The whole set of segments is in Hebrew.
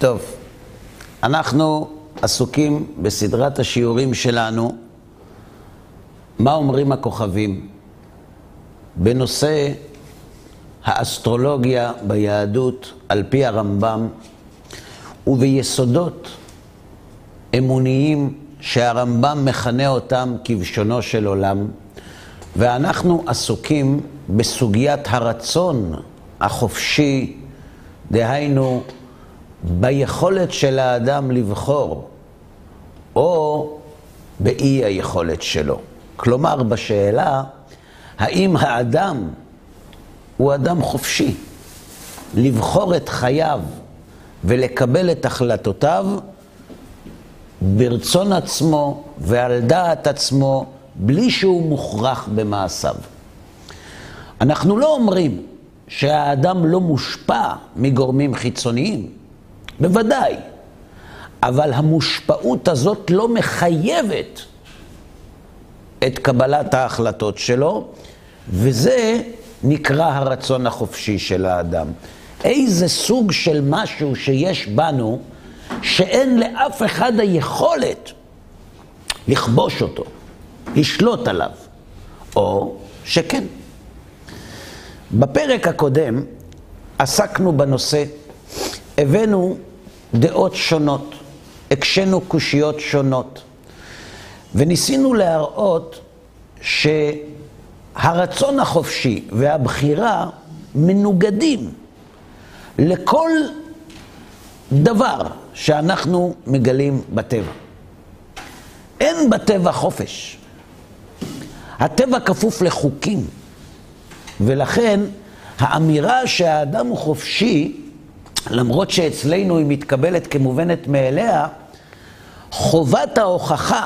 טוב, אנחנו עסוקים בסדרת השיעורים שלנו, מה אומרים הכוכבים, בנושא האסטרולוגיה ביהדות על פי הרמב"ם, וביסודות אמוניים שהרמב"ם מכנה אותם כבשונו של עולם, ואנחנו עסוקים בסוגיית הרצון החופשי, דהיינו ביכולת של האדם לבחור, או באי היכולת שלו. כלומר, בשאלה, האם האדם הוא אדם חופשי לבחור את חייו ולקבל את החלטותיו ברצון עצמו ועל דעת עצמו, בלי שהוא מוכרח במעשיו. אנחנו לא אומרים שהאדם לא מושפע מגורמים חיצוניים, בוודאי, אבל המושפעות הזאת לא מחייבת את קבלת ההחלטות שלו, וזה נקרא הרצון החופשי של האדם. איזה סוג של משהו שיש בנו שאין לאף אחד היכולת לכבוש אותו, לשלוט עליו, או שכן. בפרק הקודם עסקנו בנושא, הבאנו דעות שונות, הקשנו קושיות שונות, וניסינו להראות שהרצון החופשי והבחירה מנוגדים לכל דבר שאנחנו מגלים בטבע. אין בטבע חופש. הטבע כפוף לחוקים, ולכן האמירה שהאדם הוא חופשי, למרות שאצלנו היא מתקבלת כמובנת מאליה, חובת ההוכחה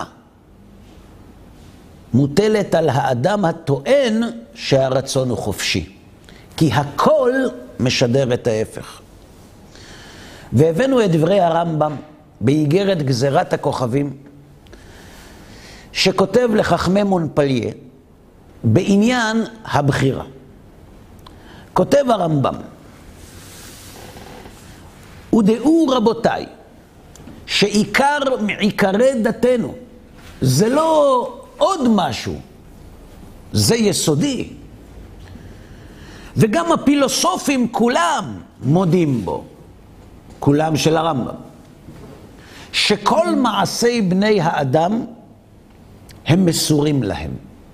מוטלת על האדם הטוען שהרצון הוא חופשי. כי הכל משדר את ההפך. והבאנו את דברי הרמב"ם באיגרת גזירת הכוכבים, שכותב לחכמי מונפליה בעניין הבחירה. כותב הרמב"ם, ודעו רבותיי, שעיקר מעיקרי דתנו, זה לא עוד משהו, זה יסודי. וגם הפילוסופים כולם מודים בו, כולם של הרמב"ם, שכל מעשי בני האדם הם מסורים להם.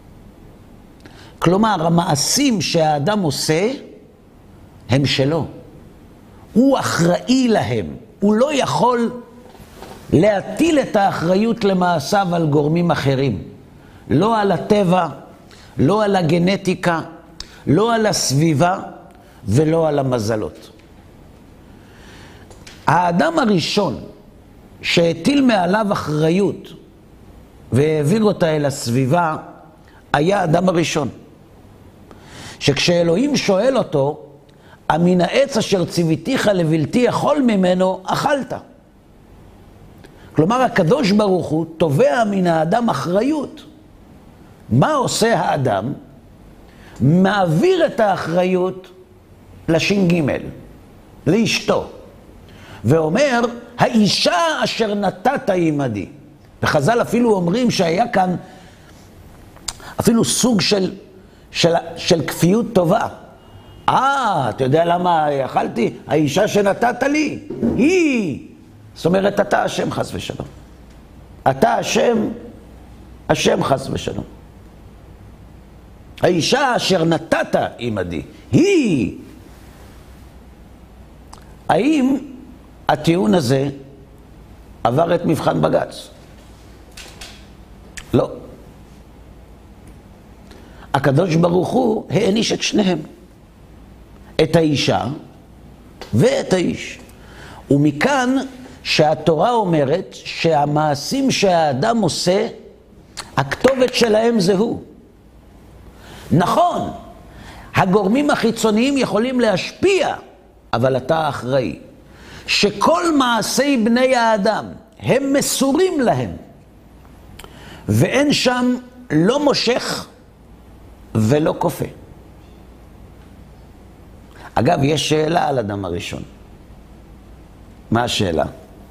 כלומר, המעשים שהאדם עושה הם שלו. הוא אחראי להם. הוא לא יכול להטיל את האחריות למעשיו על גורמים אחרים. לא על הטבע, לא על הגנטיקה, לא על הסביבה ולא על המזלות. האדם הראשון שהטיל מעליו אחריות והעביר אותה אל הסביבה היה האדם הראשון. שכשאלוהים שואל אותו, מן העץ אשר ציוויתיך לבלתי אכול ממנו, אכלת. כלומר, הקדוש ברוך הוא תובע מן האדם אחריות. מה עושה האדם? מעביר את האחריות לש"ג, לאשתו. ואומר, האישה אשר נתת עמדי. וחז"ל אפילו אומרים שהיה כאן אפילו סוג של כפיות טובה. אתה יודע למה אכלתי? האישה שנתת לי, היא. זאת אומרת, אתה השם חס ושלום. אתה השם חס ושלום. האישה אשר נתת עמדי, היא. האם הטיעון הזה עבר את מבחן בג"ץ? לא. הקדוש ברוך הוא העניש את שניהם. את האישה ואת האיש. ומכאן שהתורה אומרת שהמעשים שהאדם עושה, הכתובת שלהם זה הוא. נכון, הגורמים החיצוניים יכולים להשפיע, אבל אתה אחראי. שכל מעשי בני האדם הם מסורים להם, ואין שם לא מושך ולא כופה. אגב, יש שאלה על אדם הראשון. מה השאלה?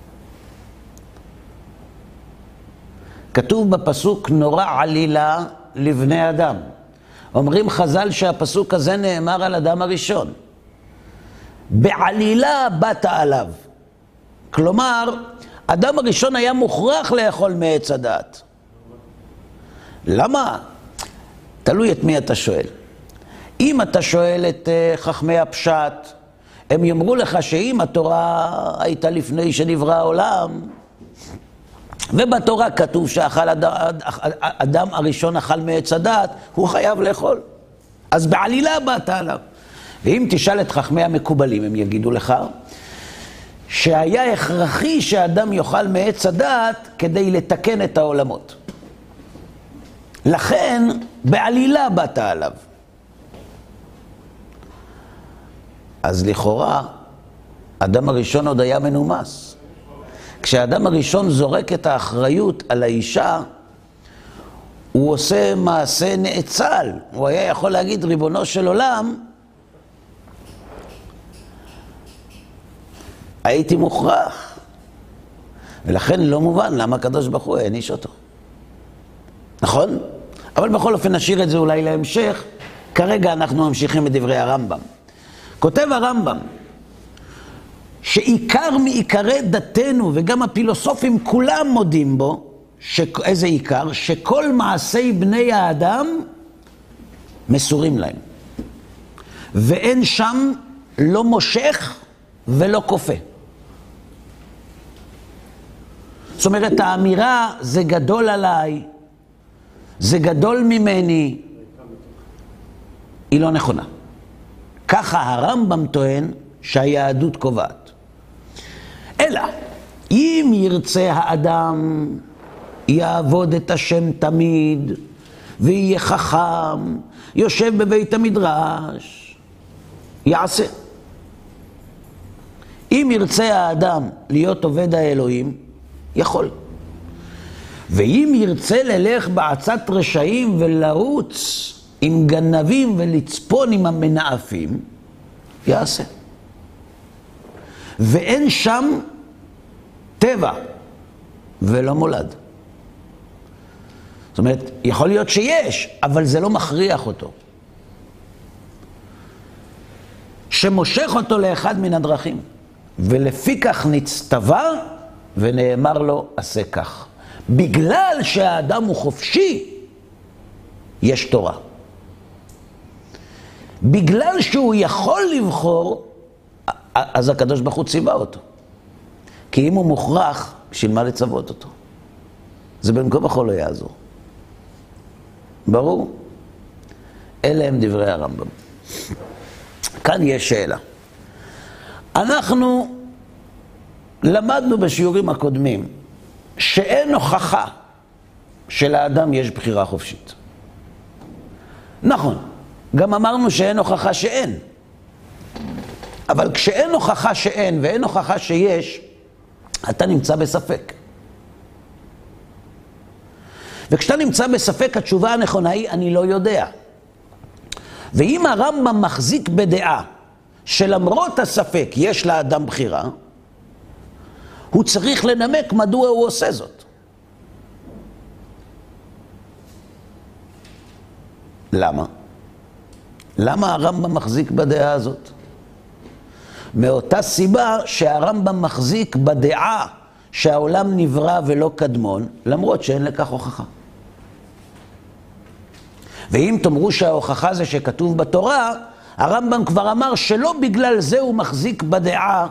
כתוב בפסוק נורא עלילה לבני אדם. אומרים חז"ל שהפסוק הזה נאמר על אדם הראשון. בעלילה באת עליו. כלומר, אדם הראשון היה מוכרח לאכול מעץ הדעת. למה? תלוי את מי אתה שואל. אם אתה שואל את חכמי הפשט, הם יאמרו לך שאם התורה הייתה לפני שנברא העולם, ובתורה כתוב אדם הראשון אכל מעץ הדעת, הוא חייב לאכול. אז בעלילה באת עליו. ואם תשאל את חכמי המקובלים, הם יגידו לך שהיה הכרחי שאדם יאכל מעץ הדעת כדי לתקן את העולמות. לכן בעלילה באת עליו. אז לכאורה, אדם הראשון עוד היה מנומס. כשאדם הראשון זורק את האחריות על האישה, הוא עושה מעשה נאצל. הוא היה יכול להגיד, ריבונו של עולם, הייתי מוכרח. ולכן לא מובן למה הקדוש ברוך הוא העניש אותו. נכון? אבל בכל אופן נשאיר את זה אולי להמשך. כרגע אנחנו ממשיכים את דברי הרמב"ם. כותב הרמב"ם, שעיקר מעיקרי דתנו, וגם הפילוסופים כולם מודים בו, איזה עיקר? שכל מעשי בני האדם מסורים להם. ואין שם לא מושך ולא כופה. זאת אומרת, האמירה, זה גדול עליי, זה גדול ממני, היא לא נכונה. ככה הרמב"ם טוען שהיהדות קובעת. אלא, אם ירצה האדם, יעבוד את השם תמיד, ויהיה חכם, יושב בבית המדרש, יעשה. אם ירצה האדם להיות עובד האלוהים, יכול. ואם ירצה ללך בעצת רשעים ולרוץ עם גנבים ולצפון עם המנאפים, יעשה. ואין שם טבע ולא מולד. זאת אומרת, יכול להיות שיש, אבל זה לא מכריח אותו. שמושך אותו לאחד מן הדרכים. ולפי כך נצטווה ונאמר לו, עשה כך. בגלל שהאדם הוא חופשי, יש תורה. בגלל שהוא יכול לבחור, אז הקדוש ברוך הוא ציווה אותו. כי אם הוא מוכרח, בשביל מה לצוות אותו? זה בין כה וכה לא יעזור. ברור? אלה הם דברי הרמב"ם. כאן יש שאלה. אנחנו למדנו בשיעורים הקודמים שאין הוכחה שלאדם יש בחירה חופשית. נכון, גם אמרנו שאין הוכחה שאין. אבל כשאין הוכחה שאין ואין הוכחה שיש, אתה נמצא בספק. וכשאתה נמצא בספק, התשובה הנכונה היא, אני לא יודע. ואם הרמב"ם מחזיק בדעה שלמרות הספק יש לאדם בחירה, הוא צריך לנמק מדוע הוא עושה זאת. למה? למה הרמב"ם מחזיק בדעה הזאת? מאותה סיבה שהרמב"ם מחזיק בדעה שהעולם נברא ולא קדמון, למרות שאין לכך הוכחה. ואם תאמרו שההוכחה זה שכתוב בתורה, הרמב"ם כבר אמר שלא בגלל זה הוא מחזיק בדעה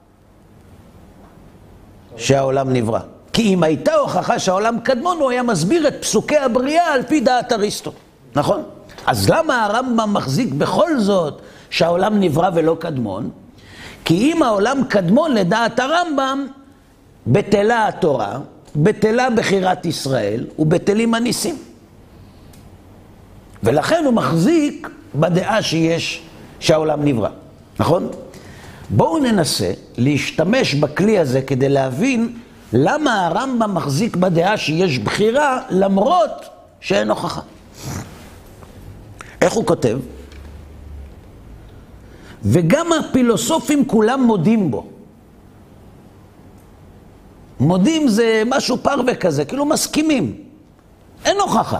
שהעולם נברא. כי אם הייתה הוכחה שהעולם קדמון, הוא היה מסביר את פסוקי הבריאה על פי דעת אריסטו. נכון? אז למה הרמב"ם מחזיק בכל זאת שהעולם נברא ולא קדמון? כי אם העולם קדמון לדעת הרמב"ם, בטלה התורה, בטלה בחירת ישראל, ובטלים הניסים. ולכן הוא מחזיק בדעה שהעולם נברא. נכון? בואו ננסה להשתמש בכלי הזה כדי להבין למה הרמב"ם מחזיק בדעה שיש בחירה למרות שאין הוכחה. איך הוא כותב? וגם הפילוסופים כולם מודים בו. מודים זה משהו פרווה כזה, כאילו מסכימים. אין הוכחה.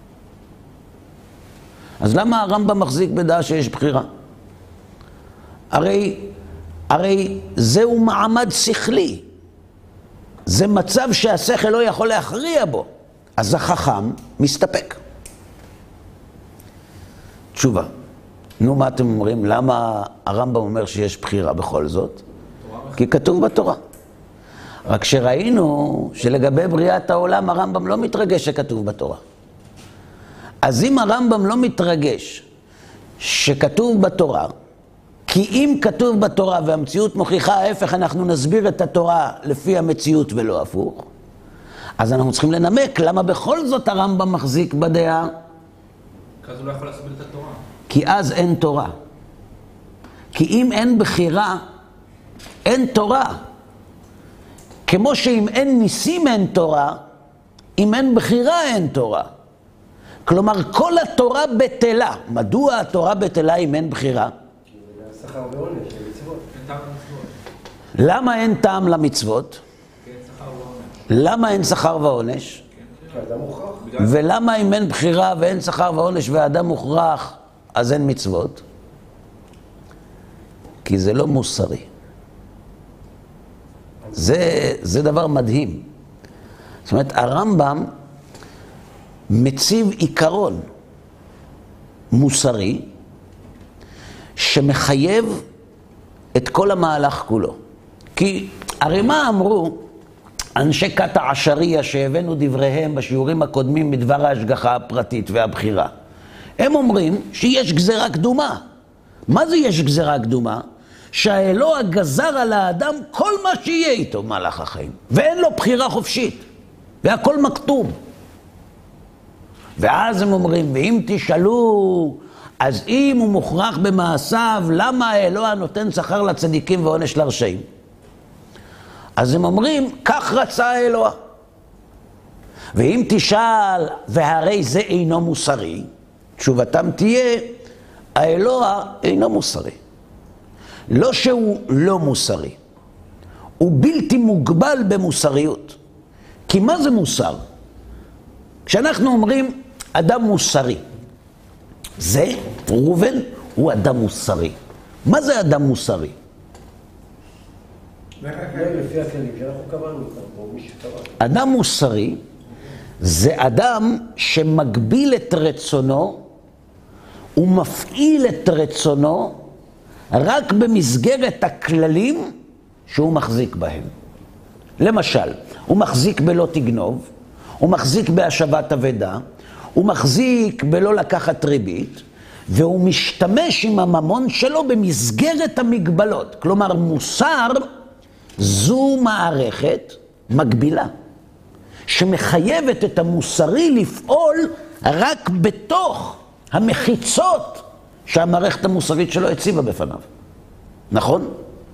אז למה הרמב"ם מחזיק בדעה שיש בחירה? הרי זהו מעמד שכלי. זה מצב שהשכל לא יכול להכריע בו. אז החכם מסתפק. תשובה. נו, מה אתם אומרים? למה הרמב"ם אומר שיש בחירה בכל זאת? כי כתוב בתורה. רק שראינו שלגבי בריאת העולם הרמב"ם לא מתרגש שכתוב בתורה. אז אם הרמב"ם לא מתרגש שכתוב בתורה, כי אם כתוב בתורה והמציאות מוכיחה ההפך, אנחנו נסביר את התורה לפי המציאות ולא הפוך, אז אנחנו צריכים לנמק למה בכל זאת הרמב"ם מחזיק בדעה. כי אז הוא לא יכול להסביר את התורה. כי אז אין תורה. כי אם אין בחירה, אין תורה. כמו שאם אין ניסים אין תורה, אם אין בחירה אין תורה. כלומר, כל התורה בטלה. מדוע התורה בטלה אם אין בחירה? כי זה שכר ועונש, למצוות. אין טעם למצוות. למה אין טעם למצוות? כי אין שכר ועונש. למה אין שכר ועונש? כי האדם מוכרח. ולמה אם אין בחירה ואין שכר ועונש והאדם מוכרח, אז אין מצוות? כי זה לא מוסרי. זה דבר מדהים. זאת אומרת, הרמב"ם מציב עיקרון מוסרי שמחייב את כל המהלך כולו. כי הרי מה אמרו אנשי כת העשריה שהבאנו דבריהם בשיעורים הקודמים מדבר ההשגחה הפרטית והבחירה? הם אומרים שיש גזרה קדומה. מה זה יש גזרה קדומה? שהאלוה גזר על האדם כל מה שיהיה איתו במהלך החיים, ואין לו בחירה חופשית, והכל מכתוב. ואז הם אומרים, ואם תשאלו, אז אם הוא מוכרח במעשיו, למה האלוה נותן שכר לצדיקים ועונש לרשעים? אז הם אומרים, כך רצה האלוה. ואם תשאל, והרי זה אינו מוסרי, תשובתם תהיה, האלוה אינו מוסרי. לא שהוא לא מוסרי, הוא בלתי מוגבל במוסריות. כי מה זה מוסר? כשאנחנו אומרים אדם מוסרי, זה ראובן הוא אדם מוסרי. מה זה אדם מוסרי? לפי הכללים שאנחנו קבענו אותם פה, מי שקבע. אדם מוסרי זה אדם שמגביל את רצונו ומפעיל את רצונו רק במסגרת הכללים שהוא מחזיק בהם. למשל, הוא מחזיק בלא תגנוב, הוא מחזיק בהשבת אבדה, הוא מחזיק בלא לקחת ריבית, והוא משתמש עם הממון שלו במסגרת המגבלות. כלומר, מוסר זו מערכת מגבילה, שמחייבת את המוסרי לפעול רק בתוך המחיצות שהמערכת המוסרית שלו הציבה בפניו. נכון?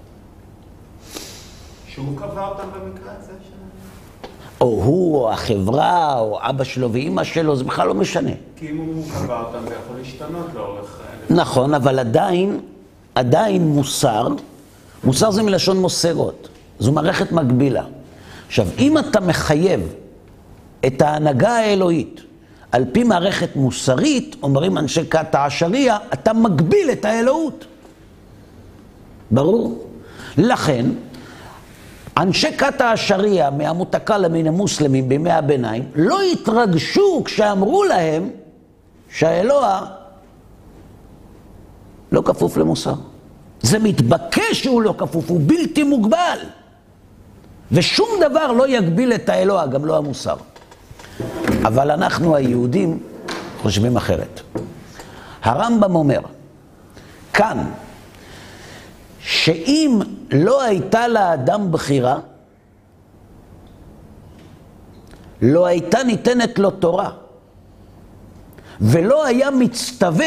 שהוא קבע אותם במקרה הזה? או הוא, או החברה, או אבא שלו ואמא שלו, זה בכלל לא משנה. כי אם הוא קבע אותם, זה יכול להשתנות לאורך... נכון, אבל עדיין מוסר זה מלשון מוסרות. זו מערכת מגבילה. עכשיו, אם אתה מחייב את ההנהגה האלוהית על פי מערכת מוסרית, אומרים אנשי כת העשריה, אתה מגביל את האלוהות. ברור? לכן, אנשי כת העשריה מהמותקלה מן המוסלמים בימי הביניים לא התרגשו כשאמרו להם שהאלוה לא כפוף למוסר. זה מתבקש שהוא לא כפוף, הוא בלתי מוגבל. ושום דבר לא יגביל את האלוה, גם לא המוסר. אבל אנחנו היהודים חושבים אחרת. הרמב"ם אומר כאן שאם לא הייתה לאדם בחירה, לא הייתה ניתנת לו תורה, ולא היה מצטווה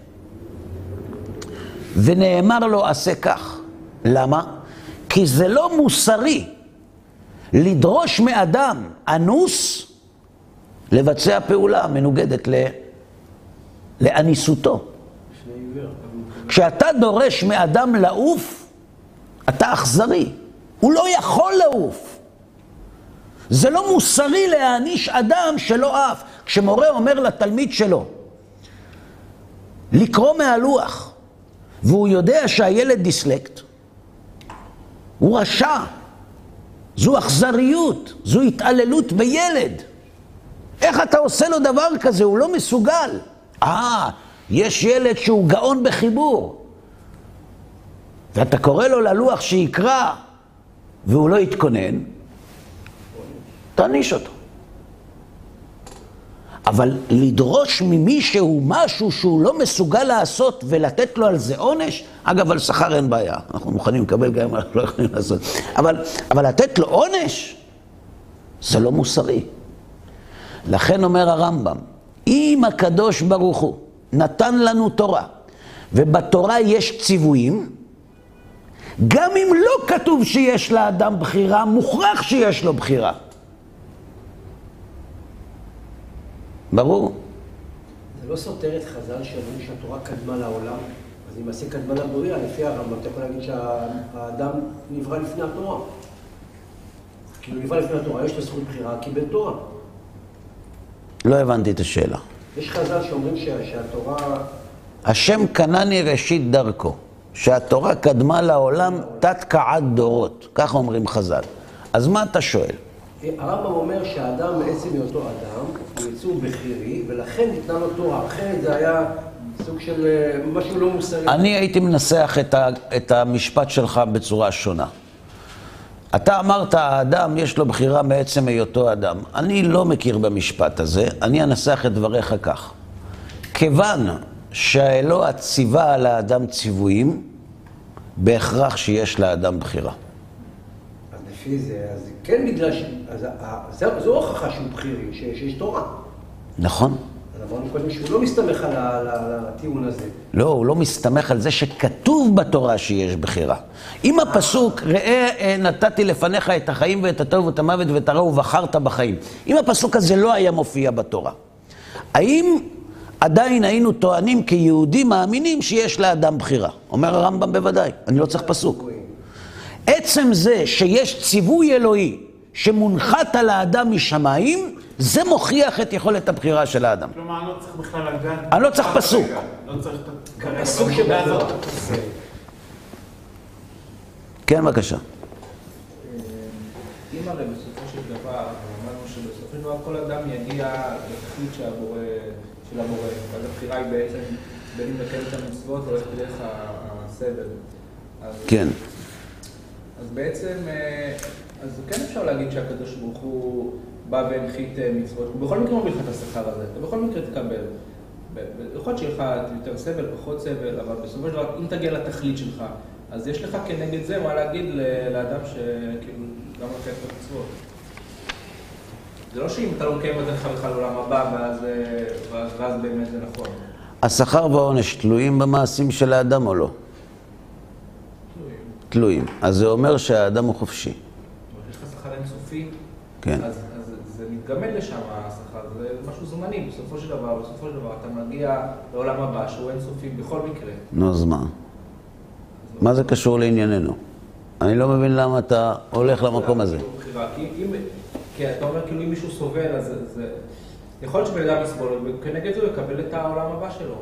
ונאמר לו עשה כך. למה? כי זה לא מוסרי לדרוש מאדם אנוס לבצע פעולה מנוגדת לאניסותו. כשאתה דורש מאדם לעוף, אתה אכזרי. הוא לא יכול לעוף. זה לא מוסרי להעניש אדם שלא אף. כשמורה אומר לתלמיד שלו לקרוא מהלוח, והוא יודע שהילד דיסלקט, הוא רשע. זו אכזריות, זו התעללות בילד. איך אתה עושה לו דבר כזה? הוא לא מסוגל. יש ילד שהוא גאון בחיבור, ואתה קורא לו ללוח שיקרא, והוא לא יתכונן, תעניש אותו. אבל לדרוש ממישהו משהו שהוא לא מסוגל לעשות ולתת לו על זה עונש, אגב, על שכר אין בעיה, אנחנו מוכנים לקבל גם אם אנחנו לא יכולים לעשות, אבל לתת לו עונש, זה לא מוסרי. לכן אומר הרמב"ם, אם הקדוש ברוך הוא נתן לנו תורה, ובתורה יש ציוויים, גם אם לא כתוב שיש לאדם בחירה, מוכרח שיש לו בחירה. ברור? זה לא סותר את חז"ל שאומרים שהתורה קדמה לעולם, אז אם עשה קדמה לבריאה, לפי הרמב"ם, אתה יכול להגיד שהאדם נברא לפני התורה. כאילו נברא לפני התורה, יש לו זכות בחירה, קיבל תורה. לא הבנתי את השאלה. יש חז"ל שאומרים שהתורה... השם קנני ראשית דרכו, שהתורה קדמה לעולם תת כעד דורות, כך אומרים חז"ל. אז מה אתה שואל? הרמב"ם אומר שהאדם מעצם מאותו אדם הוא יצור בחירי, ולכן ניתנה לו תורה. אחרת זה היה סוג של משהו לא מוסרי. אני הייתי מנסח את המשפט שלך בצורה שונה. אתה אמרת, האדם יש לו בחירה מעצם היותו אדם. אני לא מכיר במשפט הזה, אני אנסח את דבריך כך. כיוון שהאלוה ציווה על האדם ציוויים, בהכרח שיש לאדם בחירה. אז לפי זה, אז כן בגלל זו הוכחה שהוא בחירי, שיש תורה. נכון. אז אמרנו קודם שהוא לא מסתמך על הטיעון הזה. לא, הוא לא מסתמך על זה שכתוב בתורה שיש בחירה. אם הפסוק, ראה נתתי לפניך את החיים ואת הטוב ואת המוות ואת הרע ובחרת בחיים. אם הפסוק הזה לא היה מופיע בתורה, האם עדיין היינו טוענים כיהודים מאמינים שיש לאדם בחירה? אומר הרמב"ם בוודאי, אני לא צריך פסוק. עצם זה שיש ציווי אלוהי שמונחת על האדם משמיים, זה מוכיח את יכולת הבחירה של האדם. כלומר, אני לא צריך בכלל לגעת. אני לא צריך פסוק. לא צריך כרגע הפסוק בנקודה הזאת. כן, בבקשה. אם הרי בסופו של דבר, אמרנו שבסופו של דבר כל אדם יגיע לתכלית של הבורא, ואז הבחירה היא בעצם בין אם לקיים את המצוות או ללכת דרך הסבל. כן. אז בעצם, אז כן אפשר להגיד שהקדוש ברוך הוא בא והנחית מצוות, הוא בכל מקרה מביא לך את השכר הזה, אתה בכל מקרה תקבל. יכול להיות שיהיה לך יותר סבל, פחות סבל, אבל בסופו של דבר, אם תגיע לתכלית שלך, אז יש לך כנגד זה מה להגיד לאדם שכאילו גם לקיים את המצוות. זה לא שאם אתה לא מקיים את זה בכלל לעולם הבא, ואז באמת זה נכון. השכר והעונש תלויים במעשים של האדם או לא? תלויים. אז זה אומר שהאדם הוא חופשי. יש לך שכר אינסופי, כן. אז זה מתגמד לשם השכר, זה משהו זמני. בסופו של דבר אתה מגיע לעולם הבא שהוא אינסופי בכל מקרה. נו, אז מה? מה זה קשור לענייננו? אני לא מבין למה אתה הולך למקום הזה. כי אתה אומר כאילו אם מישהו סובל, אז זה... יכול להיות שבן אדם יסבול, וכנגד זה הוא יקבל את העולם הבא שלו.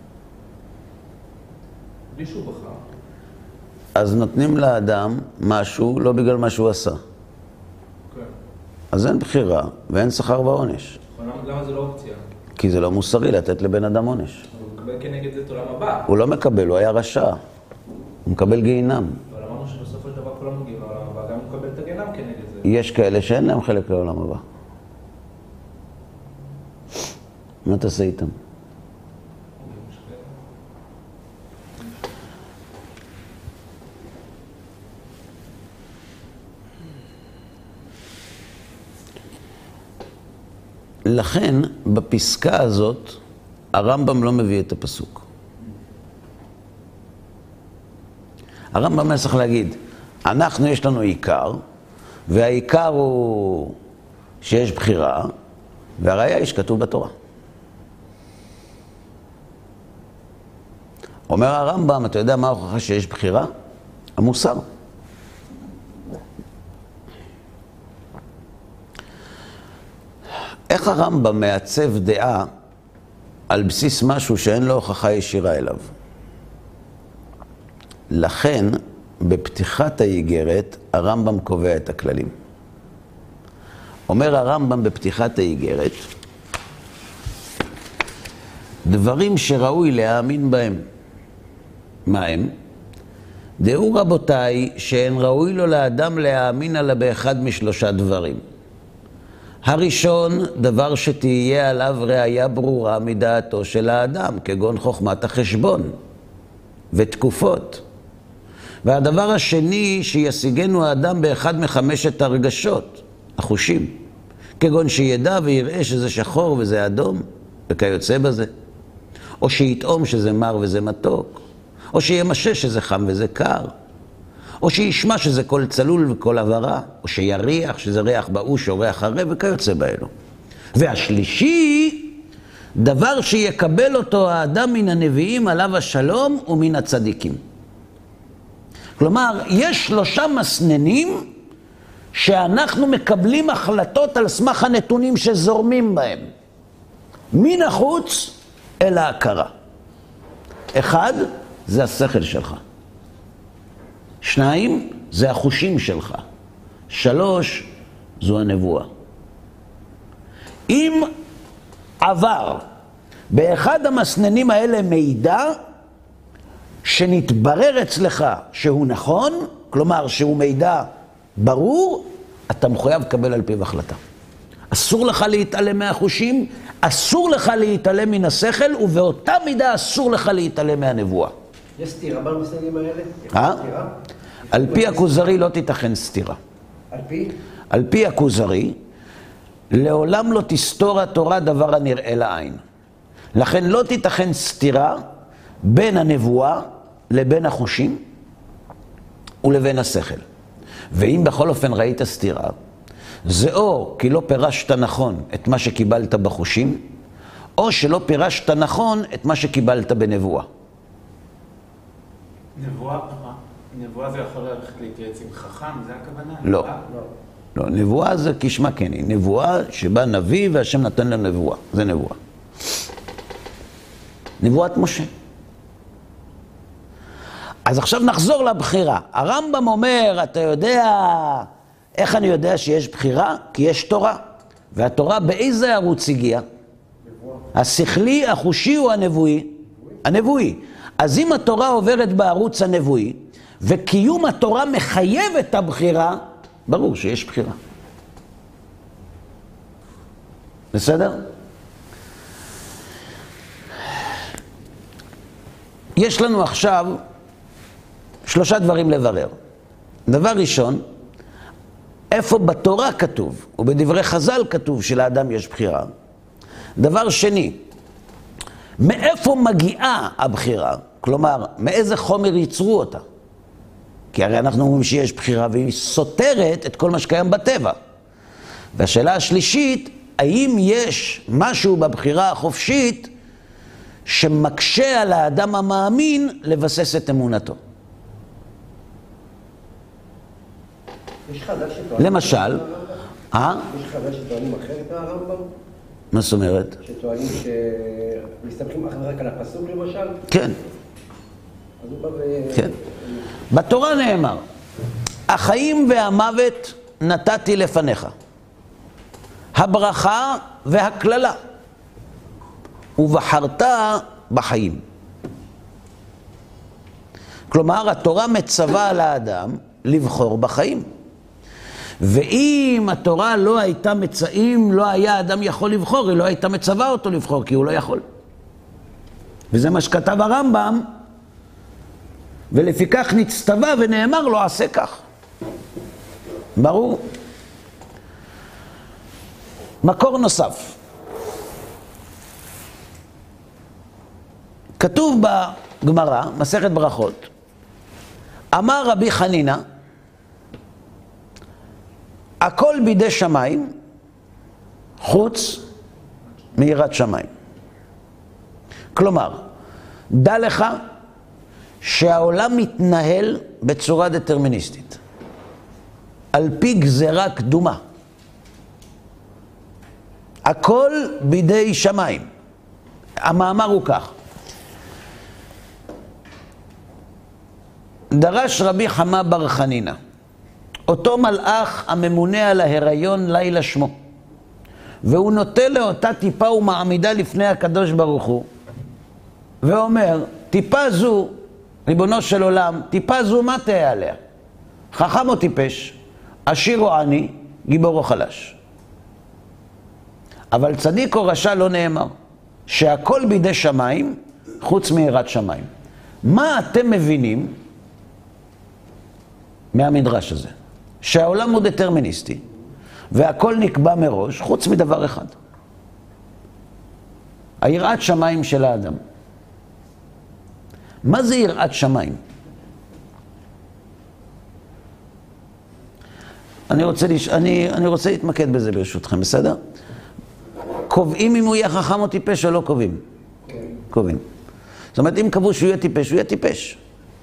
בלי שהוא בחר. אז נותנים לאדם משהו לא בגלל מה שהוא עשה. כן. אז אין בחירה ואין שכר ועונש. למה זה לא אופציה? כי זה לא מוסרי לתת לבן אדם עונש. הוא מקבל כנגד זה את עולם הבא. הוא לא מקבל, הוא היה רשע. הוא מקבל גיהינם. אבל אמרנו שבסופו של דבר כולם מגיעים לעולם הבא, גם הוא מקבל את הגיהינם כנגד זה. יש כאלה שאין להם חלק לעולם הבא. מה תעשה איתם? לכן, בפסקה הזאת, הרמב"ם לא מביא את הפסוק. הרמב"ם צריך להגיד, אנחנו יש לנו עיקר, והעיקר הוא שיש בחירה, והראיה היא שכתוב בתורה. אומר הרמב"ם, אתה יודע מה ההוכחה שיש בחירה? המוסר. איך הרמב"ם מעצב דעה על בסיס משהו שאין לו הוכחה ישירה אליו? לכן, בפתיחת האיגרת, הרמב"ם קובע את הכללים. אומר הרמב"ם בפתיחת האיגרת, דברים שראוי להאמין בהם. מה הם? דעו רבותיי, שאין ראוי לו לאדם להאמין עליו באחד משלושה דברים. הראשון, דבר שתהיה עליו ראיה ברורה מדעתו של האדם, כגון חוכמת החשבון ותקופות. והדבר השני, שישיגנו האדם באחד מחמשת הרגשות, החושים, כגון שידע ויראה שזה שחור וזה אדום, וכיוצא בזה. או שיטעום שזה מר וזה מתוק, או שימשש שזה חם וזה קר, או שישמע שזה קול צלול וקול עברה, או שיריח שזה ריח באוש או ריח ערב וכיוצא באלו. והשלישי, דבר שיקבל אותו האדם מן הנביאים עליו השלום ומן הצדיקים. כלומר, יש שלושה מסננים שאנחנו מקבלים החלטות על סמך הנתונים שזורמים בהם. מן החוץ אל ההכרה. אחד, זה השכל שלך. שניים, זה החושים שלך. שלוש, זו הנבואה. אם עבר באחד המסננים האלה מידע שנתברר אצלך שהוא נכון, כלומר שהוא מידע ברור, אתה מחויב לקבל על פיו החלטה. אסור לך להתעלם מהחושים, אסור לך להתעלם מן השכל, ובאותה מידה אסור לך להתעלם מהנבואה. יש סתירה במסננים האלה? סתירה? על פי הכוזרי לא תיתכן סתירה. על פי? על פי הכוזרי, לעולם לא תסתור התורה דבר הנראה לעין. לכן לא תיתכן סתירה בין הנבואה לבין החושים ולבין השכל. ואם בכל אופן ראית סתירה, זה או כי לא פירשת נכון את מה שקיבלת בחושים, או שלא פירשת נכון את מה שקיבלת בנבואה. נבואה זה יכול ללכת להתייעץ עם חכם, זה הכוונה? לא. לא, נבואה זה כשמה כן היא. נבואה שבה נביא והשם נתן לנו נבואה. זה נבואה. נבואת משה. אז עכשיו נחזור לבחירה. הרמב"ם אומר, אתה יודע איך אני יודע שיש בחירה? כי יש תורה. והתורה באיזה ערוץ הגיעה? השכלי, החושי או הנבואי? הנבואי. אז אם התורה עוברת בערוץ הנבואי, וקיום התורה מחייב את הבחירה, ברור שיש בחירה. בסדר? יש לנו עכשיו שלושה דברים לברר. דבר ראשון, איפה בתורה כתוב, ובדברי חז"ל כתוב שלאדם יש בחירה. דבר שני, מאיפה מגיעה הבחירה? כלומר, מאיזה חומר ייצרו אותה? כי הרי אנחנו אומרים שיש בחירה והיא סותרת את כל מה שקיים בטבע. והשאלה השלישית, האם יש משהו בבחירה החופשית שמקשה על האדם המאמין לבסס את אמונתו? יש חז"ל שטוענים... למשל, יש חז"ל שטוענים אחרת מהרמב"ם? מה זאת אומרת? שטוענים שמסתמכים רק על הפסוק למשל? כן. אז הוא בא כן. בתורה נאמר, החיים והמוות נתתי לפניך, הברכה והקללה, ובחרת בחיים. כלומר, התורה מצווה על האדם לבחור בחיים. ואם התורה לא הייתה אם לא היה אדם יכול לבחור, היא לא הייתה מצווה אותו לבחור, כי הוא לא יכול. וזה מה שכתב הרמב"ם, ולפיכך נצטווה ונאמר לו, עשה כך. ברור. מקור נוסף. כתוב בגמרא, מסכת ברכות, אמר רבי חנינא, הכל בידי שמיים, חוץ מיראת שמיים. כלומר, דע לך שהעולם מתנהל בצורה דטרמיניסטית, על פי גזרה קדומה. הכל בידי שמיים. המאמר הוא כך. דרש רבי חמה בר חנינא, אותו מלאך הממונה על ההיריון לילה שמו, והוא נוטה לאותה טיפה ומעמידה לפני הקדוש ברוך הוא, ואומר, טיפה זו, ריבונו של עולם, טיפה זו מה תהיה עליה? חכם או טיפש, עשיר או עני, גיבור או חלש. אבל צדיק או רשע לא נאמר, שהכל בידי שמיים, חוץ מיראת שמיים. מה אתם מבינים מהמדרש הזה? שהעולם הוא דטרמיניסטי, והכל נקבע מראש, חוץ מדבר אחד. היראת שמיים של האדם. מה זה יראת שמיים? אני רוצה להתמקד בזה ברשותכם, בסדר? קובעים אם הוא יהיה חכם או טיפש או לא קובעים? כן. קובעים. זאת אומרת, אם קבעו שהוא יהיה טיפש, הוא יהיה טיפש.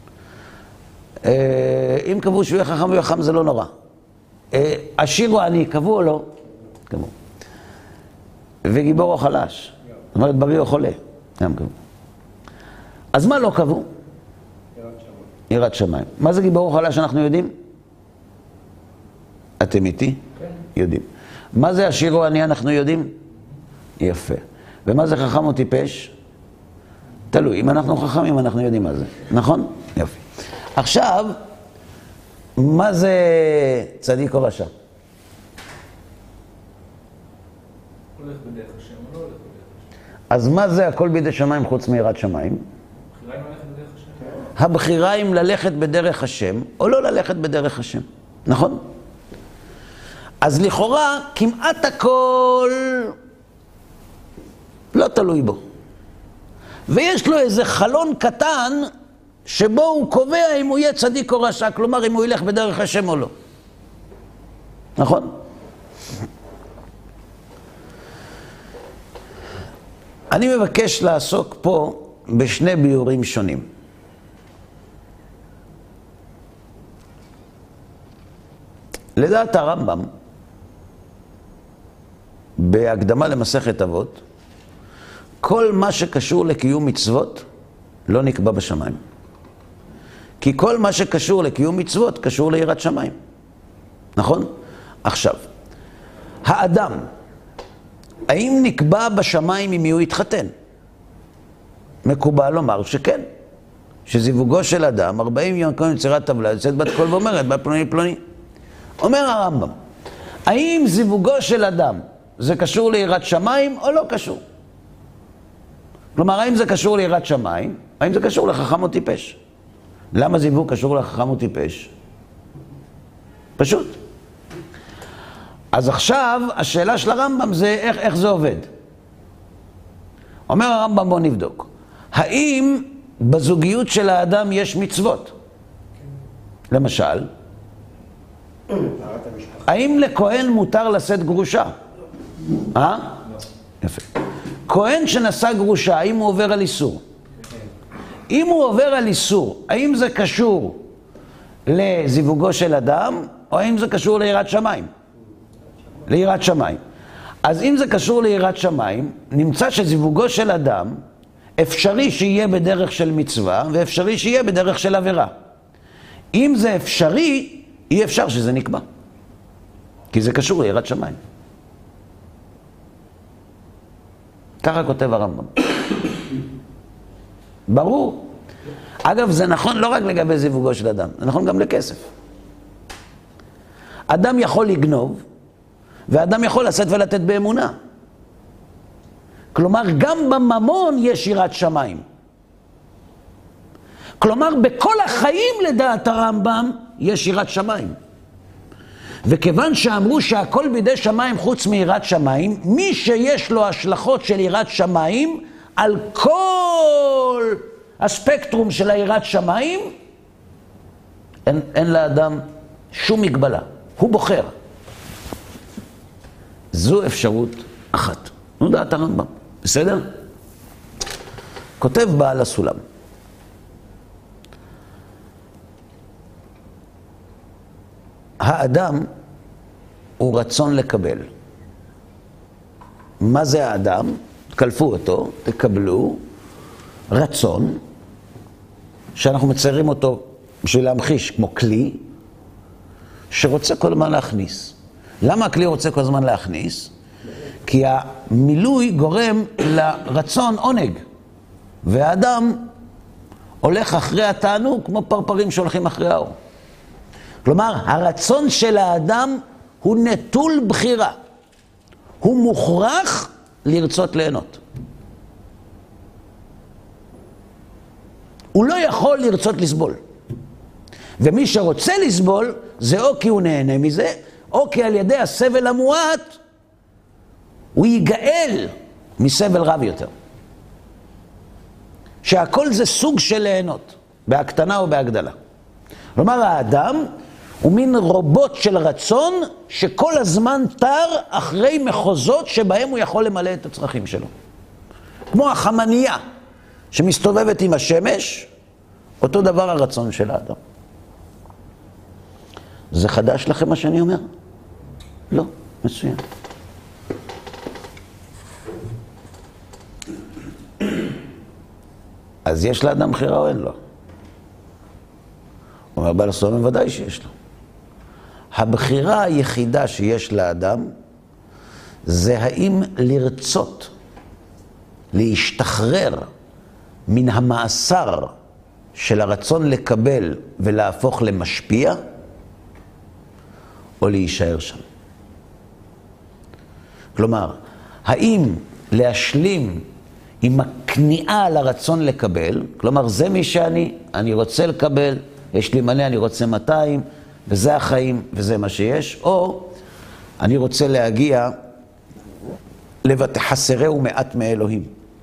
אם קבעו שהוא יהיה חכם או יהיה חכם, זה לא נורא. עשיר או עני, קבעו או לא? קבעו. וגיבור או חלש. זאת אומרת, בריא או חולה. גם קבעו. אז מה לא קבעו? יראת שמיים. מה זה גיבור או חלש אנחנו יודעים? אתם איתי? כן. יודעים. מה זה עשיר או עני אנחנו יודעים? יפה. ומה זה חכם או טיפש? תלוי. אם אנחנו חכמים, אנחנו יודעים מה זה. נכון? יופי. עכשיו, מה זה צדיק או רשע? הולך בדרך השם או לא הולך בדרך השם? אז מה זה הכל בידי שמיים חוץ מיראת שמיים? הבחירה אם ללכת בדרך השם. הבחירה אם ללכת בדרך השם או לא ללכת בדרך השם. נכון? אז לכאורה כמעט הכל לא תלוי בו. ויש לו איזה חלון קטן שבו הוא קובע אם הוא יהיה צדיק או רשע, כלומר אם הוא ילך בדרך השם או לא. נכון? אני מבקש לעסוק פה בשני ביורים שונים. לדעת הרמב"ם, בהקדמה למסכת אבות, כל מה שקשור לקיום מצוות לא נקבע בשמיים. כי כל מה שקשור לקיום מצוות קשור ליראת שמיים. נכון? עכשיו, האדם, האם נקבע בשמיים עם מי הוא יתחתן? מקובל לומר שכן. שזיווגו של אדם, 40 יום קודם יצירת טבלה, יוצאת בת קול ואומרת, בת פלוני פלוני. אומר הרמב"ם, האם זיווגו של אדם זה קשור ליראת שמיים או לא קשור? כלומר, האם זה קשור ליראת שמיים? האם זה קשור לחכם או טיפש? למה זיווג קשור לחכם או טיפש? פשוט. אז עכשיו, השאלה של הרמב"ם זה איך זה עובד. אומר הרמב"ם, בוא נבדוק. האם בזוגיות של האדם יש מצוות? למשל, האם לכהן מותר לשאת גרושה? יפה. כהן שנשא גרושה, האם הוא עובר על איסור? אם הוא עובר על איסור, האם זה קשור לזיווגו של אדם, או האם זה קשור ליראת שמיים? ליראת שמיים. אז אם זה קשור ליראת שמיים, נמצא שזיווגו של אדם אפשרי שיהיה בדרך של מצווה, ואפשרי שיהיה בדרך של עבירה. אם זה אפשרי, אי אפשר שזה נקבע. כי זה קשור ליראת שמיים. ככה כותב הרמב"ם. ברור. אגב, זה נכון לא רק לגבי זיווגו של אדם, זה נכון גם לכסף. אדם יכול לגנוב, ואדם יכול לשאת ולתת באמונה. כלומר, גם בממון יש יראת שמיים. כלומר, בכל החיים לדעת הרמב"ם יש יראת שמיים. וכיוון שאמרו שהכל בידי שמיים חוץ מיראת שמיים, מי שיש לו השלכות של יראת שמיים, על כל הספקטרום של היראת שמיים, אין לאדם שום מגבלה. הוא בוחר. זו אפשרות אחת. נו דעת הרמב"ם. בסדר? כותב בעל הסולם. האדם הוא רצון לקבל. מה זה האדם? תקלפו אותו, תקבלו רצון, שאנחנו מציירים אותו בשביל להמחיש כמו כלי, שרוצה כל הזמן להכניס. למה הכלי רוצה כל הזמן להכניס? כי המילוי גורם לרצון עונג, והאדם הולך אחרי התענוג כמו פרפרים שהולכים אחרי האור. כלומר, הרצון של האדם הוא נטול בחירה. הוא מוכרח לרצות ליהנות. הוא לא יכול לרצות לסבול. ומי שרוצה לסבול, זה או כי הוא נהנה מזה, או כי על ידי הסבל המועט, הוא ייגאל מסבל רב יותר. שהכל זה סוג של ליהנות, בהקטנה או בהגדלה. כלומר, האדם הוא מין רובוט של רצון, שכל הזמן תר אחרי מחוזות שבהם הוא יכול למלא את הצרכים שלו. כמו החמנייה שמסתובבת עם השמש, אותו דבר הרצון של האדם. זה חדש לכם מה שאני אומר? לא, מצוין. אז יש לאדם בחירה או אין לו? אומר בעל הסולם ודאי שיש לו. הבחירה היחידה שיש לאדם זה האם לרצות, להשתחרר מן המאסר של הרצון לקבל ולהפוך למשפיע, או להישאר שם. כלומר, האם להשלים עם הכניעה לרצון לקבל, כלומר זה מי אני רוצה לקבל, יש לי מלא, אני רוצה 200, וזה החיים, וזה מה שיש, או אני רוצה להגיע ותחסרהו מעט מאלוהים.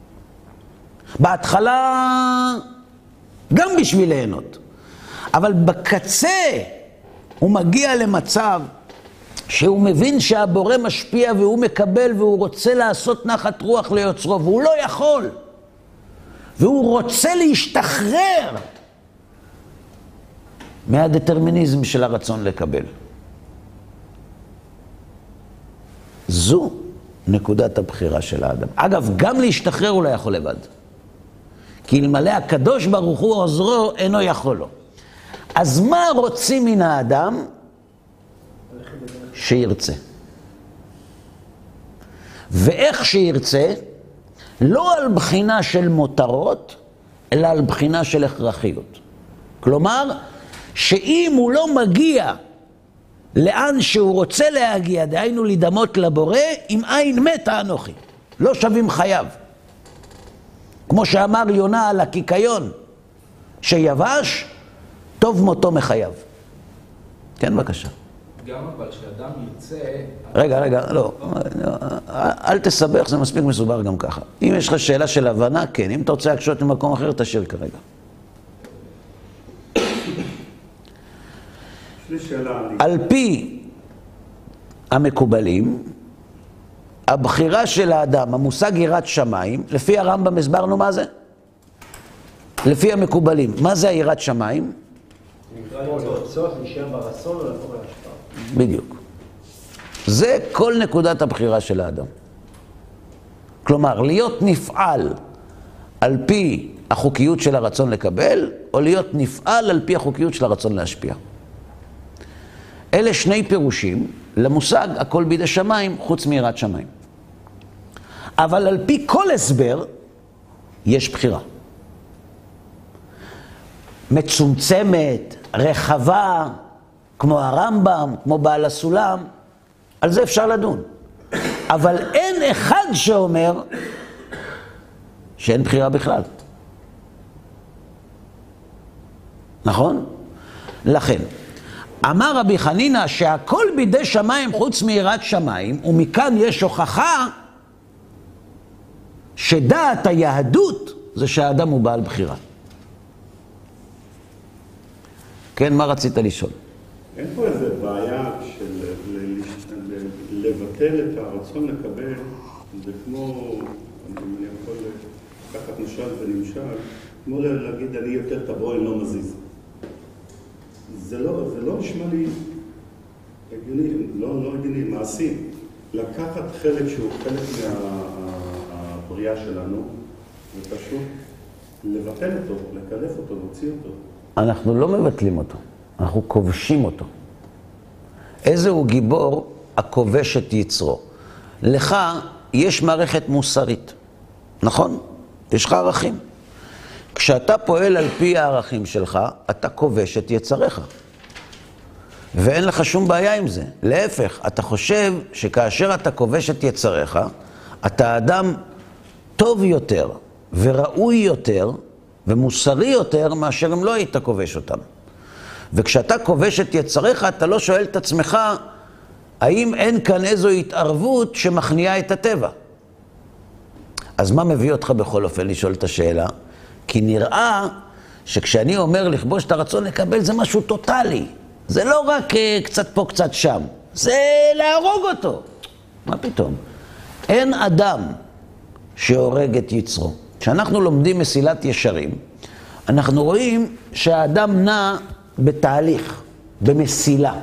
בהתחלה גם בשביל ליהנות, אבל בקצה הוא מגיע למצב שהוא מבין שהבורא משפיע והוא מקבל והוא רוצה לעשות נחת רוח ליוצרו והוא לא יכול, והוא רוצה להשתחרר מהדטרמיניזם של הרצון לקבל. זו נקודת הבחירה של האדם. אגב, גם להשתחרר הוא לא יכול לבד. כי אלמלא הקדוש ברוך הוא עוזרו, אינו יכול לו. אז מה רוצים מן האדם? שירצה. ואיך שירצה? לא על בחינה של מותרות, אלא על בחינה של הכרחיות. כלומר, שאם הוא לא מגיע לאן שהוא רוצה להגיע, דהיינו לדמות לבורא, עם עין מתה אנוכי. לא שווים חייו. כמו שאמר יונה על הקיקיון, שיבש, טוב מותו מחייו. כן, בבקשה. גם אבל שאדם ירצה... רגע, לא. אל תסבך, זה מספיק מסובר גם ככה. אם יש לך שאלה של הבנה, כן. אם אתה רוצה להקשות למקום אחר, תשאיר כרגע. על פי המקובלים, הבחירה של האדם, המושג יראת שמיים, לפי הרמב"ם הסברנו מה זה? לפי המקובלים, מה זה יראת שמיים? נקרא לרצות, להישאר ברצון או להפוך להשפעה. בדיוק. זה כל נקודת הבחירה של האדם. כלומר, להיות נפעל על פי החוקיות של הרצון לקבל, או להיות נפעל על פי החוקיות של הרצון להשפיע. אלה שני פירושים למושג הכל בידי שמיים חוץ מיראת שמיים. אבל על פי כל הסבר יש בחירה. מצומצמת, רחבה, כמו הרמב"ם, כמו בעל הסולם, על זה אפשר לדון. אבל אין אחד שאומר שאין בחירה בכלל. נכון? לכן, אמר רבי חנינא שהכל בידי שמיים חוץ מיראת שמיים, ומכאן יש הוכחה שדעת היהדות זה שהאדם הוא בעל בחירה. כן, מה רצית לשאול? אין פה איזה בעיה של לבטל את הרצון לקבל, זה כמו, אני יכול לקחת משל ונמשל, כמו להגיד אני יותר תבוא, אני לא מזיז. זה לא נשמע לי הגיוני, לא הגיוני, מעשי. לקחת חלק שהוא חלק מהבריאה שלנו, ופשוט לבטל אותו, לקלף אותו, להוציא אותו. אנחנו לא מבטלים אותו, אנחנו כובשים אותו. איזה הוא גיבור הכובש את יצרו? לך יש מערכת מוסרית, נכון? יש לך ערכים. כשאתה פועל על פי הערכים שלך, אתה כובש את יצריך. ואין לך שום בעיה עם זה. להפך, אתה חושב שכאשר אתה כובש את יצריך, אתה אדם טוב יותר וראוי יותר ומוסרי יותר מאשר אם לא היית כובש אותם. וכשאתה כובש את יצריך, אתה לא שואל את עצמך, האם אין כאן איזו התערבות שמכניעה את הטבע? אז מה מביא אותך בכל אופן לשאול את השאלה? כי נראה שכשאני אומר לכבוש את הרצון לקבל, זה משהו טוטלי. זה לא רק קצת פה, קצת שם. זה להרוג אותו. מה פתאום? אין אדם שהורג את יצרו. כשאנחנו לומדים מסילת ישרים, אנחנו רואים שהאדם נע בתהליך, במסילה.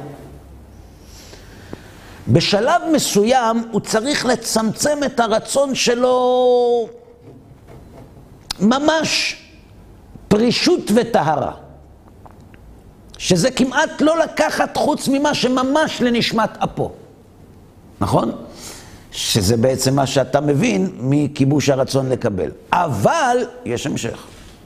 בשלב מסוים הוא צריך לצמצם את הרצון שלו ממש פרישות וטהרה. שזה כמעט לא לקחת חוץ ממה שממש לנשמת אפו. נכון? שזה בעצם מה שאתה מבין מכיבוש הרצון לקבל. אבל יש המשך.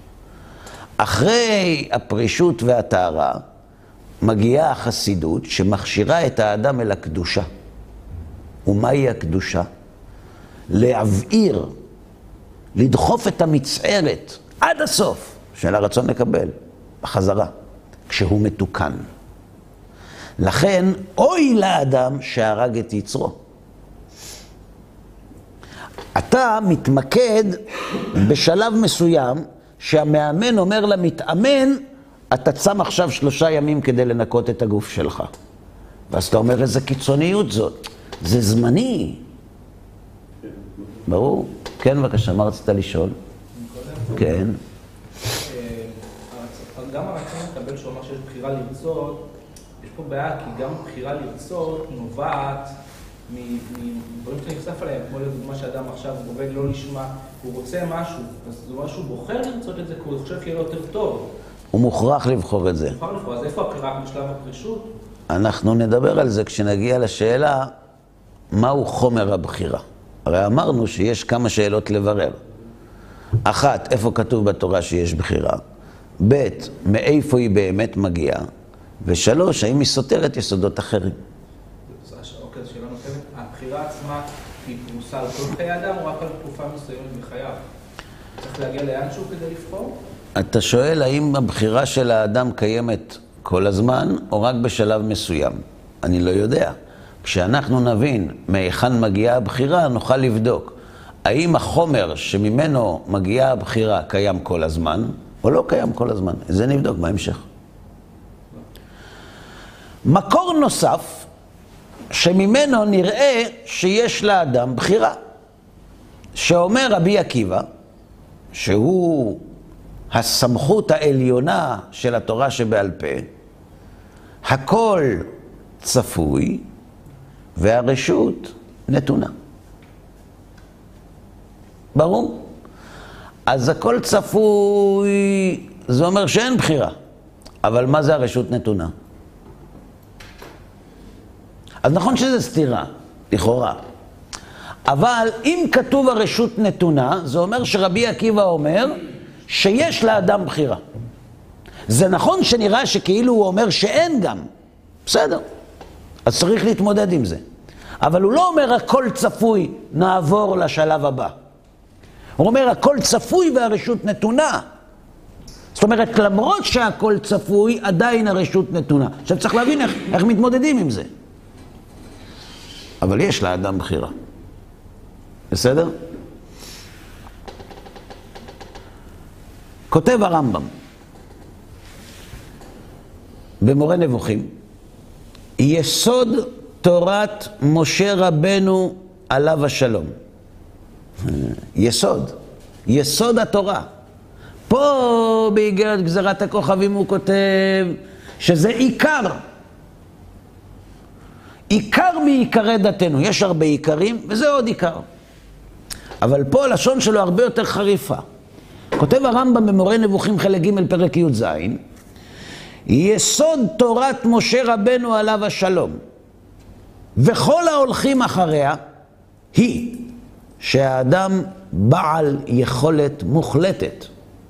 אחרי הפרישות והטהרה מגיעה החסידות שמכשירה את האדם אל הקדושה. ומהי הקדושה? להבעיר, לדחוף את המצערת עד הסוף של הרצון לקבל, בחזרה, כשהוא מתוקן. לכן, אוי לאדם שהרג את יצרו. אתה מתמקד בשלב מסוים שהמאמן אומר למתאמן, אתה צם עכשיו 3 ימים כדי לנקות את הגוף שלך. ואז אתה אומר, איזה קיצוניות זאת. זה זמני. ברור? כן, בבקשה, מה רצית לשאול? כן. גם הרצון לקבל שאומר שיש בחירה לרצות, יש פה בעיה, כי גם בחירה לרצות נובעת מדברים שנחשף עליהם, כמו לדוגמה שאדם עכשיו עובד לא לשמה, הוא רוצה משהו, אז זה אומר שהוא בוחר לרצות את זה, כי הוא חושב שיהיה לו יותר טוב. הוא מוכרח לבחור את זה. מוכרח לבחור, אז איפה הבחירה בשלב הפרישות? אנחנו נדבר על זה כשנגיע לשאלה, מהו חומר הבחירה. הרי אמרנו שיש כמה שאלות לברר. 1, איפה כתוב בתורה שיש בחירה? 2, מאיפה היא באמת מגיעה? ו3, האם היא סותרת יסודות אחרים? אוקיי, זו שאלה נוספת. הבחירה עצמה היא פרוסה על כל חיי אדם או רק על תקופה מסוימת בחייו? צריך להגיע לאנשהו כדי לבחור? אתה שואל האם הבחירה של האדם קיימת כל הזמן או רק בשלב מסוים? אני לא יודע. כשאנחנו נבין מהיכן מגיעה הבחירה, נוכל לבדוק. האם החומר שממנו מגיעה הבחירה קיים כל הזמן או לא קיים כל הזמן? זה נבדוק בהמשך. מקור נוסף שממנו נראה שיש לאדם בחירה, שאומר רבי עקיבא, שהוא הסמכות העליונה של התורה שבעל פה, הכל צפוי והרשות נתונה. ברור? אז הכל צפוי, זה אומר שאין בחירה. אבל מה זה הרשות נתונה? אז נכון שזה סתירה, לכאורה. אבל אם כתוב הרשות נתונה, זה אומר שרבי עקיבא אומר שיש לאדם בחירה. זה נכון שנראה שכאילו הוא אומר שאין גם. בסדר. אז צריך להתמודד עם זה. אבל הוא לא אומר הכל צפוי, נעבור לשלב הבא. הוא אומר הכל צפוי והרשות נתונה. זאת אומרת, למרות שהכל צפוי, עדיין הרשות נתונה. עכשיו צריך להבין איך מתמודדים עם זה. אבל יש לאדם בחירה. בסדר? כותב הרמב"ם במורה נבוכים, יסוד תורת משה רבנו עליו השלום. יסוד התורה. פה באיגרת גזרת הכוכבים הוא כותב שזה עיקר. עיקר מעיקרי דתנו. יש הרבה עיקרים, וזה עוד עיקר. אבל פה הלשון שלו הרבה יותר חריפה. כותב הרמב"ם במורה נבוכים חלק ג' פרק י"ז, יסוד תורת משה רבנו עליו השלום, וכל ההולכים אחריה, היא שהאדם בעל יכולת מוחלטת.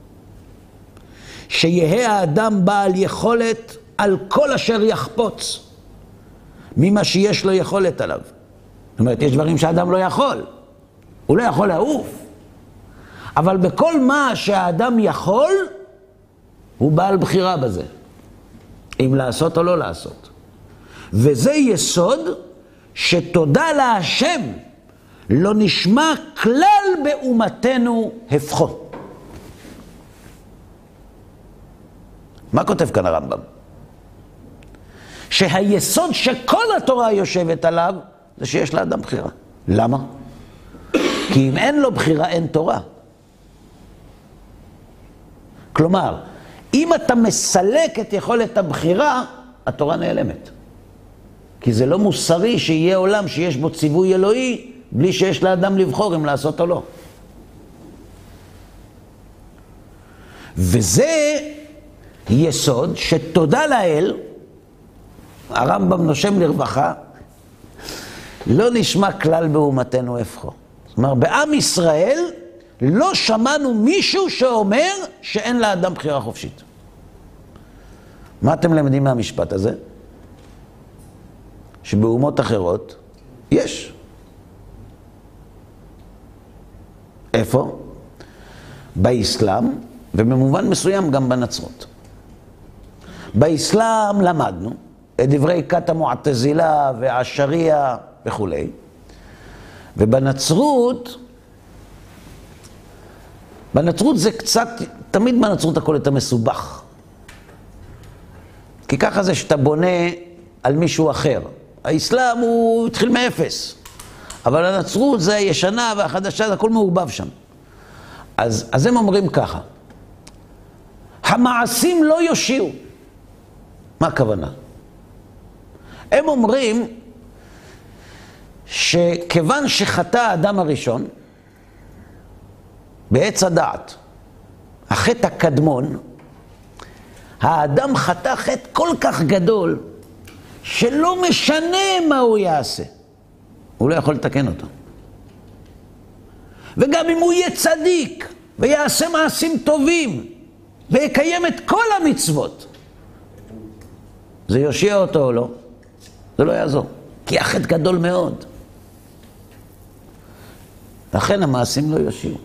שיהיה האדם בעל יכולת על כל אשר יחפוץ, ממה שיש לו יכולת עליו. זאת אומרת, יש דברים שהאדם לא יכול. הוא לא יכול לעוף. אבל בכל מה שהאדם יכול, הוא בעל בחירה בזה. אם לעשות או לא לעשות. וזה יסוד שתודה להשם לא נשמע כלל באומתנו הפכו. מה כותב כאן הרמב"ם? שהיסוד שכל התורה יושבת עליו זה שיש לאדם בחירה. למה? כי אם אין לו בחירה אין תורה. כלומר, אם אתה מסלק את יכולת הבחירה, התורה נעלמת. כי זה לא מוסרי שיהיה עולם שיש בו ציווי אלוהי בלי שיש לאדם לבחור אם לעשות או לא. וזה יסוד שתודה לאל, הרמב"ם נושם לרווחה, לא נשמע כלל באומתנו הפכו. זאת אומרת, בעם ישראל לא שמענו מישהו שאומר שאין לאדם בחירה חופשית. מה אתם למדים מהמשפט הזה? שבאומות אחרות יש. איפה? באסלאם, ובמובן מסוים גם בנצרות. באסלאם למדנו את דברי כת המועתזילה והשריעה וכו'. ובנצרות, זה קצת, תמיד בנצרות הכל יותר מסובך. כי ככה זה שאתה בונה על מישהו אחר. האסלאם הוא התחיל מאפס. אבל הנצרות זה הישנה והחדשה, זה הכל מעורבב שם. אז הם אומרים ככה. המעשים לא יושיעו. מה הכוונה? הם אומרים שכיוון שחטא האדם הראשון, בעץ הדעת, החטא הקדמון, האדם חטא חטא כל כך גדול, שלא משנה מה הוא יעשה. הוא לא יכול לתקן אותו. וגם אם הוא יהיה צדיק, ויעשה מעשים טובים, ויקיים את כל המצוות, זה יושיע אותו או לא? זה לא יעזור. כי החטא גדול מאוד. לכן המעשים לא יושיעו.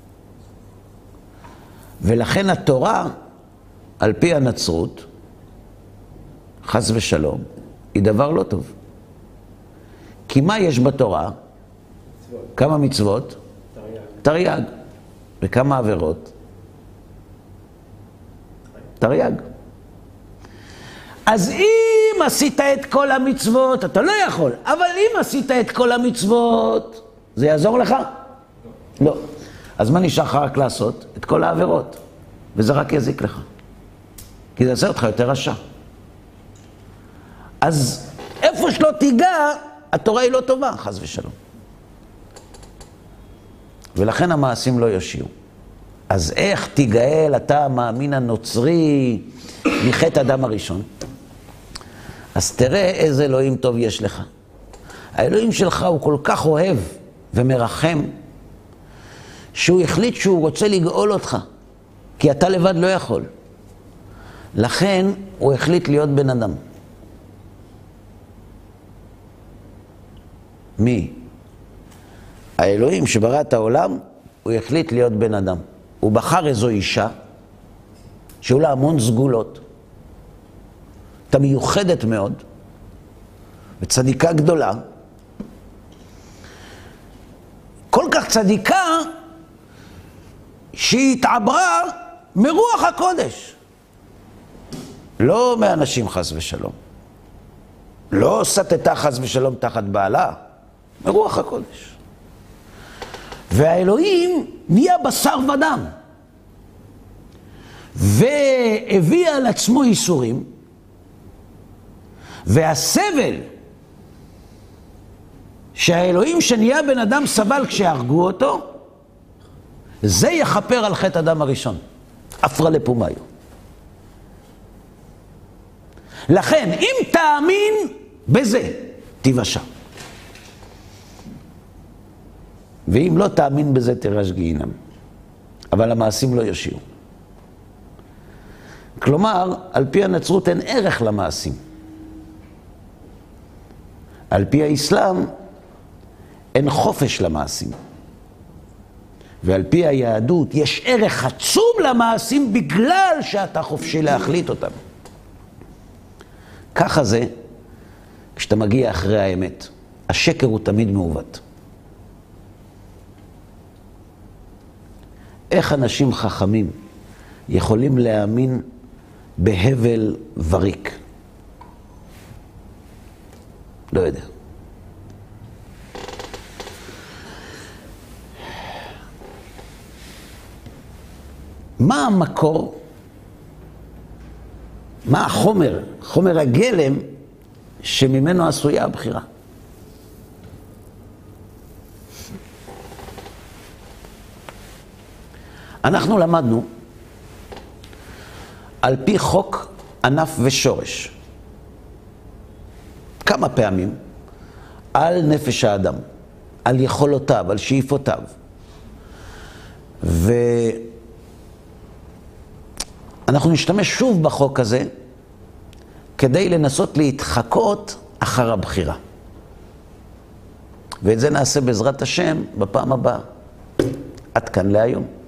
ולכן התורה, על פי הנצרות, חס ושלום, היא דבר לא טוב. כי מה יש בתורה? כמה מצוות? תרי"ג. וכמה עבירות? תרי"ג. אז אם עשית את כל המצוות, אתה לא יכול. אבל אם עשית את כל המצוות, זה יעזור לך? לא. אז מה נשאר לך רק לעשות? את כל העבירות. וזה רק יזיק לך. כי זה יעשה אותך יותר רשע. אז איפה שלא תיגע, התורה היא לא טובה, חס ושלום. ולכן המעשים לא יושיעו. אז איך תיגאל אתה המאמין הנוצרי מחטא אדם הראשון? אז תראה איזה אלוהים טוב יש לך. האלוהים שלך הוא כל כך אוהב ומרחם, שהוא החליט שהוא רוצה לגאול אותך, כי אתה לבד לא יכול. לכן הוא החליט להיות בן אדם. מי? האלוהים שברא את העולם, הוא החליט להיות בן אדם. הוא בחר איזו אישה, שהיו לה המון סגולות. הייתה מיוחדת מאוד, וצדיקה גדולה. כל כך צדיקה, שהיא התעברה מרוח הקודש. לא מאנשים חס ושלום. לא סטתה חס ושלום תחת בעלה. מרוח הקודש. והאלוהים נהיה בשר ודם. והביא על עצמו ייסורים. והסבל שהאלוהים שנהיה בן אדם סבל כשהרגו אותו, זה יכפר על חטא אדם הראשון. אפרה לפומיו. לכן, אם תאמין בזה, תיוושע. ואם לא תאמין בזה, תירש גיהינם. אבל המעשים לא יושיעו. כלומר, על פי הנצרות אין ערך למעשים. על פי האסלאם אין חופש למעשים. ועל פי היהדות יש ערך עצום למעשים בגלל שאתה חופשי להחליט אותם. ככה זה כשאתה מגיע אחרי האמת. השקר הוא תמיד מעוות. איך אנשים חכמים יכולים להאמין בהבל וריק? לא יודע. מה המקור? מה החומר? חומר הגלם שממנו עשויה הבחירה. אנחנו למדנו על פי חוק ענף ושורש כמה פעמים על נפש האדם, על יכולותיו, על שאיפותיו. ואנחנו נשתמש שוב בחוק הזה כדי לנסות להתחקות אחר הבחירה. ואת זה נעשה בעזרת השם בפעם הבאה. עד כאן להיום.